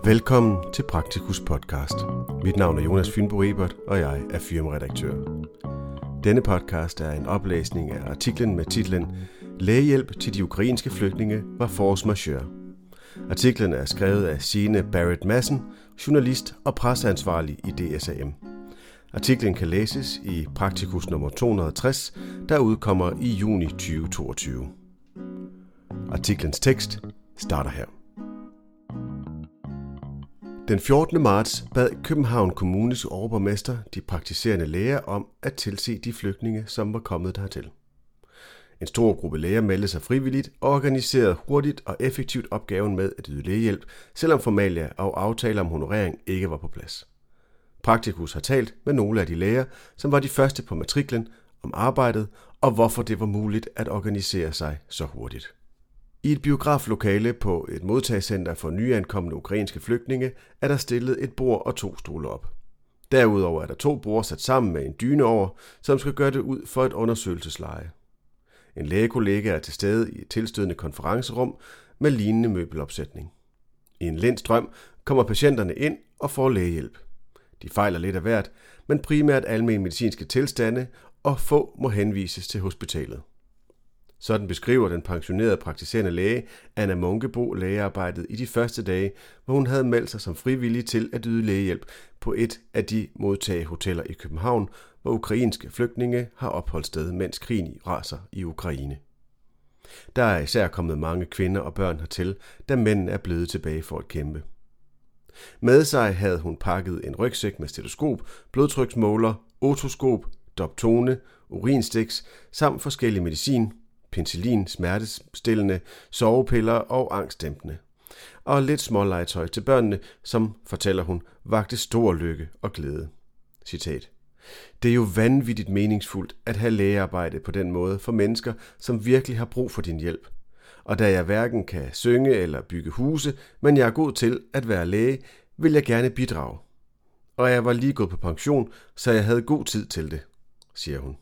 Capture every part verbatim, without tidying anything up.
Velkommen til Praktikus podcast. Mit navn er Jonas Fynbo Ebert, og jeg er firmaredaktør. Denne podcast er en oplæsning af artiklen med titlen Lægehjælp til de ukrainske flygtninge var force majeure. Artiklen er skrevet af Signe Barrett Madsen, journalist og presseansvarlig i D S A M. Artiklen kan læses i Praktikus nummer to hundrede og tres, der udkommer i juni tyve toogtyve. Artiklens tekst starter her. Den fjortende marts bad København Kommunes overborgmester de praktiserende læger om at tilse de flygtninge, som var kommet dertil. En stor gruppe læger meldte sig frivilligt og organiserede hurtigt og effektivt opgaven med at yde lægehjælp, selvom formalia og aftaler om honorering ikke var på plads. Praktikus har talt med nogle af de læger, som var de første på matriklen, om arbejdet og hvorfor det var muligt at organisere sig så hurtigt. I et biograflokale på et modtagscenter for nyankomne ukrainske flygtninge er der stillet et bord og to stole op. Derudover er der to borde sat sammen med en dyne over, som skal gøre det ud for et undersøgelsesleje. En lægekollega er til stede i et tilstødende konferencerum med lignende møbelopsætning. I en lind strøm kommer patienterne ind og får lægehjælp. De fejler lidt af hvert, men primært almen medicinske tilstande, og få må henvises til hospitalet. Sådan beskriver den pensionerede praktiserende læge Anna Munkebo lægearbejdet i de første dage, hvor hun havde meldt sig som frivillig til at yde lægehjælp på et af de modtagehoteller i København, hvor ukrainske flygtninge har opholdssted, mens krigen raser i Ukraine. Der er især kommet mange kvinder og børn hertil, da mændene er blevet tilbage for at kæmpe. Med sig havde hun pakket en rygsæk med stetoskop, blodtryksmåler, otoskop, Doptone, urinstiks samt forskellig medicin, penicillin, smertestillende, sovepiller og angstdæmpende. Og lidt smålegetøj til børnene, som, fortæller hun, vagte stor lykke og glæde. Citat. Det er jo vanvittigt meningsfuldt at have lægearbejde på den måde for mennesker, som virkelig har brug for din hjælp. Og da jeg hverken kan synge eller bygge huse, men jeg er god til at være læge, vil jeg gerne bidrage. Og jeg var lige gået på pension, så jeg havde god tid til det, siger hun.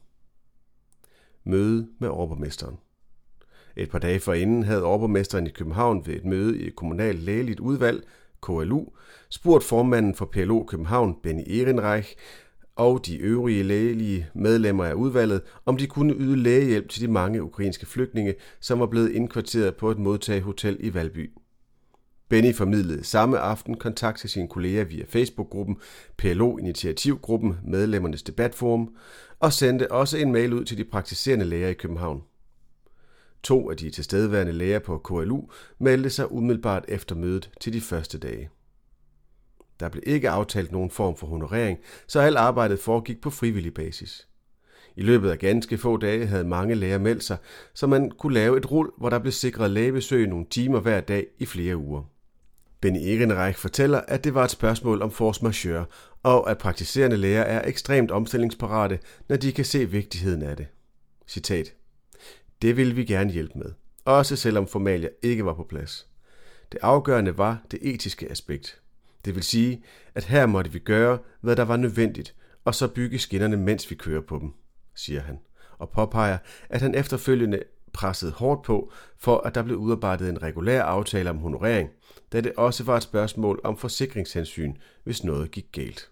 Møde med overborgmesteren. Et par dage forinden havde overborgmesteren i København ved et møde i et kommunalt lægeligt udvalg, K L U, spurgt formanden for P L O København, Benny Ehrenreich, og de øvrige lægelige medlemmer af udvalget, om de kunne yde lægehjælp til de mange ukrainske flygtninge, som var blevet indkvarteret på et modtagehotel i Valby. Benny formidlede samme aften kontakt til sine kolleger via Facebook-gruppen P L O-initiativgruppen Medlemmernes Debatforum og sendte også en mail ud til de praktiserende læger i København. To af de tilstedeværende læger på K L U meldte sig umiddelbart efter mødet til de første dage. Der blev ikke aftalt nogen form for honorering, så alt arbejdet foregik på frivillig basis. I løbet af ganske få dage havde mange læger meldt sig, så man kunne lave et rul, hvor der blev sikret lægebesøg nogle timer hver dag i flere uger. Benny Ehrenreich fortæller, at det var et spørgsmål om force majeure, og at praktiserende læger er ekstremt omstillingsparate, når de kan se vigtigheden af det. Citat. Det ville vi gerne hjælpe med, også selvom formalia ikke var på plads. Det afgørende var det etiske aspekt. Det vil sige, at her måtte vi gøre, hvad der var nødvendigt, og så bygge skinnerne, mens vi kører på dem, siger han, og påpeger, at han efterfølgende pressede hårdt på, for at der blev udarbejdet en regulær aftale om honorering, da det også var et spørgsmål om forsikringshensyn, hvis noget gik galt.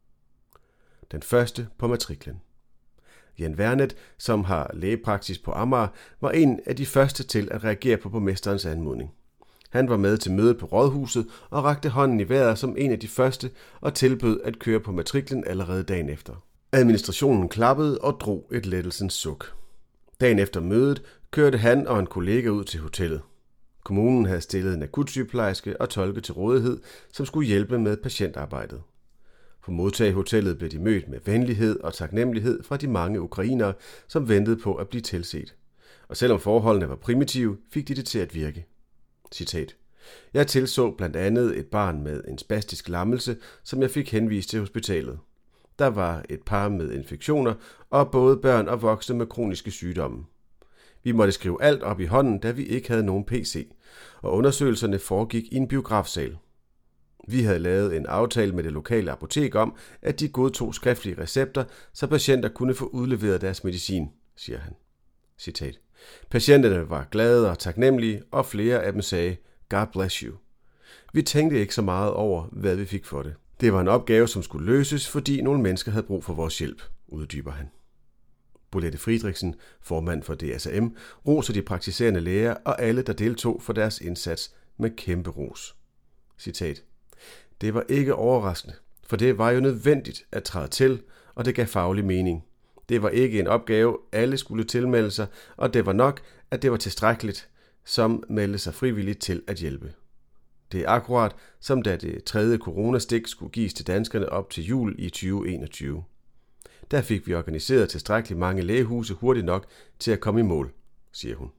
Den første på matriklen. Jan Vernet, som har lægepraksis på Amager, var en af de første til at reagere på borgmesterens anmodning. Han var med til mødet på Rådhuset og rakte hånden i vejret som en af de første og tilbød at køre på matriklen allerede dagen efter. Administrationen klappede og drog et lettelsens suk. Dagen efter mødet kørte han og en kollega ud til hotellet. Kommunen havde stillet en akutsygeplejerske og tolke til rådighed, som skulle hjælpe med patientarbejdet. På modtagehotellet blev de mødt med venlighed og taknemmelighed fra de mange ukrainere, som ventede på at blive tilset. Og selvom forholdene var primitive, fik de det til at virke. Citat. Jeg tilså blandt andet et barn med en spastisk lammelse, som jeg fik henvist til hospitalet. Der var et par med infektioner, og både børn og voksne med kroniske sygdomme. Vi måtte skrive alt op i hånden, da vi ikke havde nogen P C, og undersøgelserne foregik i en biografsal. Vi havde lavet en aftale med det lokale apotek om, at de godtog skriftlige recepter, så patienter kunne få udleveret deres medicin, siger han. Citat. Patienterne var glade og taknemmelige, og flere af dem sagde, God bless you. Vi tænkte ikke så meget over, hvad vi fik for det. Det var en opgave, som skulle løses, fordi nogle mennesker havde brug for vores hjælp, uddyber han. Bolette Friedrichsen, formand for D S A M, roser de praktiserende læger og alle, der deltog for deres indsats med kæmpe ros. Citat. Det var ikke overraskende, for det var jo nødvendigt at træde til, og det gav faglig mening. Det var ikke en opgave, alle skulle tilmelde sig, og det var nok, at det var tilstrækkeligt, som meldte sig frivilligt til at hjælpe. Det er akkurat som da det tredje coronastik skulle gives til danskerne op til jul i tyve enogtyve. Der fik vi organiseret tilstrækkeligt mange lægehuse hurtigt nok til at komme i mål, siger hun.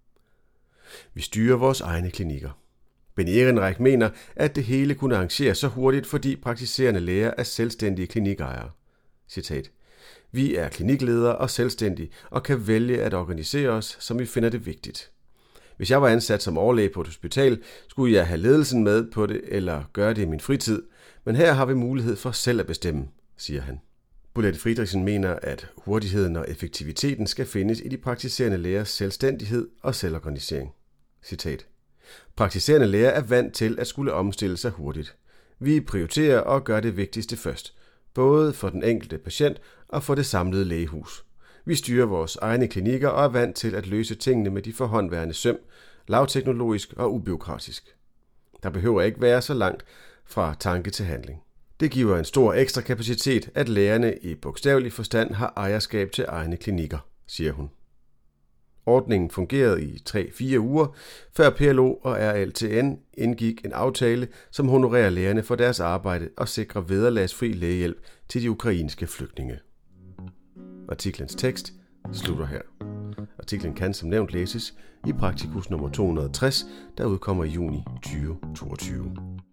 Vi styrer vores egne klinikker. Benny Ehrenreich mener, at det hele kunne arrangeres så hurtigt, fordi praktiserende læger er selvstændige klinikejere. Citat. Vi er klinikledere og selvstændige og kan vælge at organisere os, som vi finder det vigtigt. Hvis jeg var ansat som overlæge på et hospital, skulle jeg have ledelsen med på det eller gøre det i min fritid, men her har vi mulighed for selv at bestemme, siger han. Bolette Friedrichsen mener, at hurtigheden og effektiviteten skal findes i de praktiserende lægers selvstændighed og selvorganisering. Citat. Praktiserende læger er vant til at skulle omstille sig hurtigt. Vi prioriterer og gør det vigtigste først, både for den enkelte patient og for det samlede lægehus. Vi styrer vores egne klinikker og er vant til at løse tingene med de forhåndværende søm, lavteknologisk og ubureaukratisk. Der behøver ikke være så langt fra tanke til handling. Det giver en stor ekstra kapacitet, at lægerne i bogstavelig forstand har ejerskab til egne klinikker, siger hun. Ordningen fungerede i tre til fire uger, før P L O og R L T N indgik en aftale, som honorerer lægerne for deres arbejde og sikrer vederlagsfri lægehjælp til de ukrainske flygtninge. Artiklens tekst slutter her. Artiklen kan som nævnt læses i Praktikus nummer to hundrede og tres, der udkommer i juni tyve toogtyve.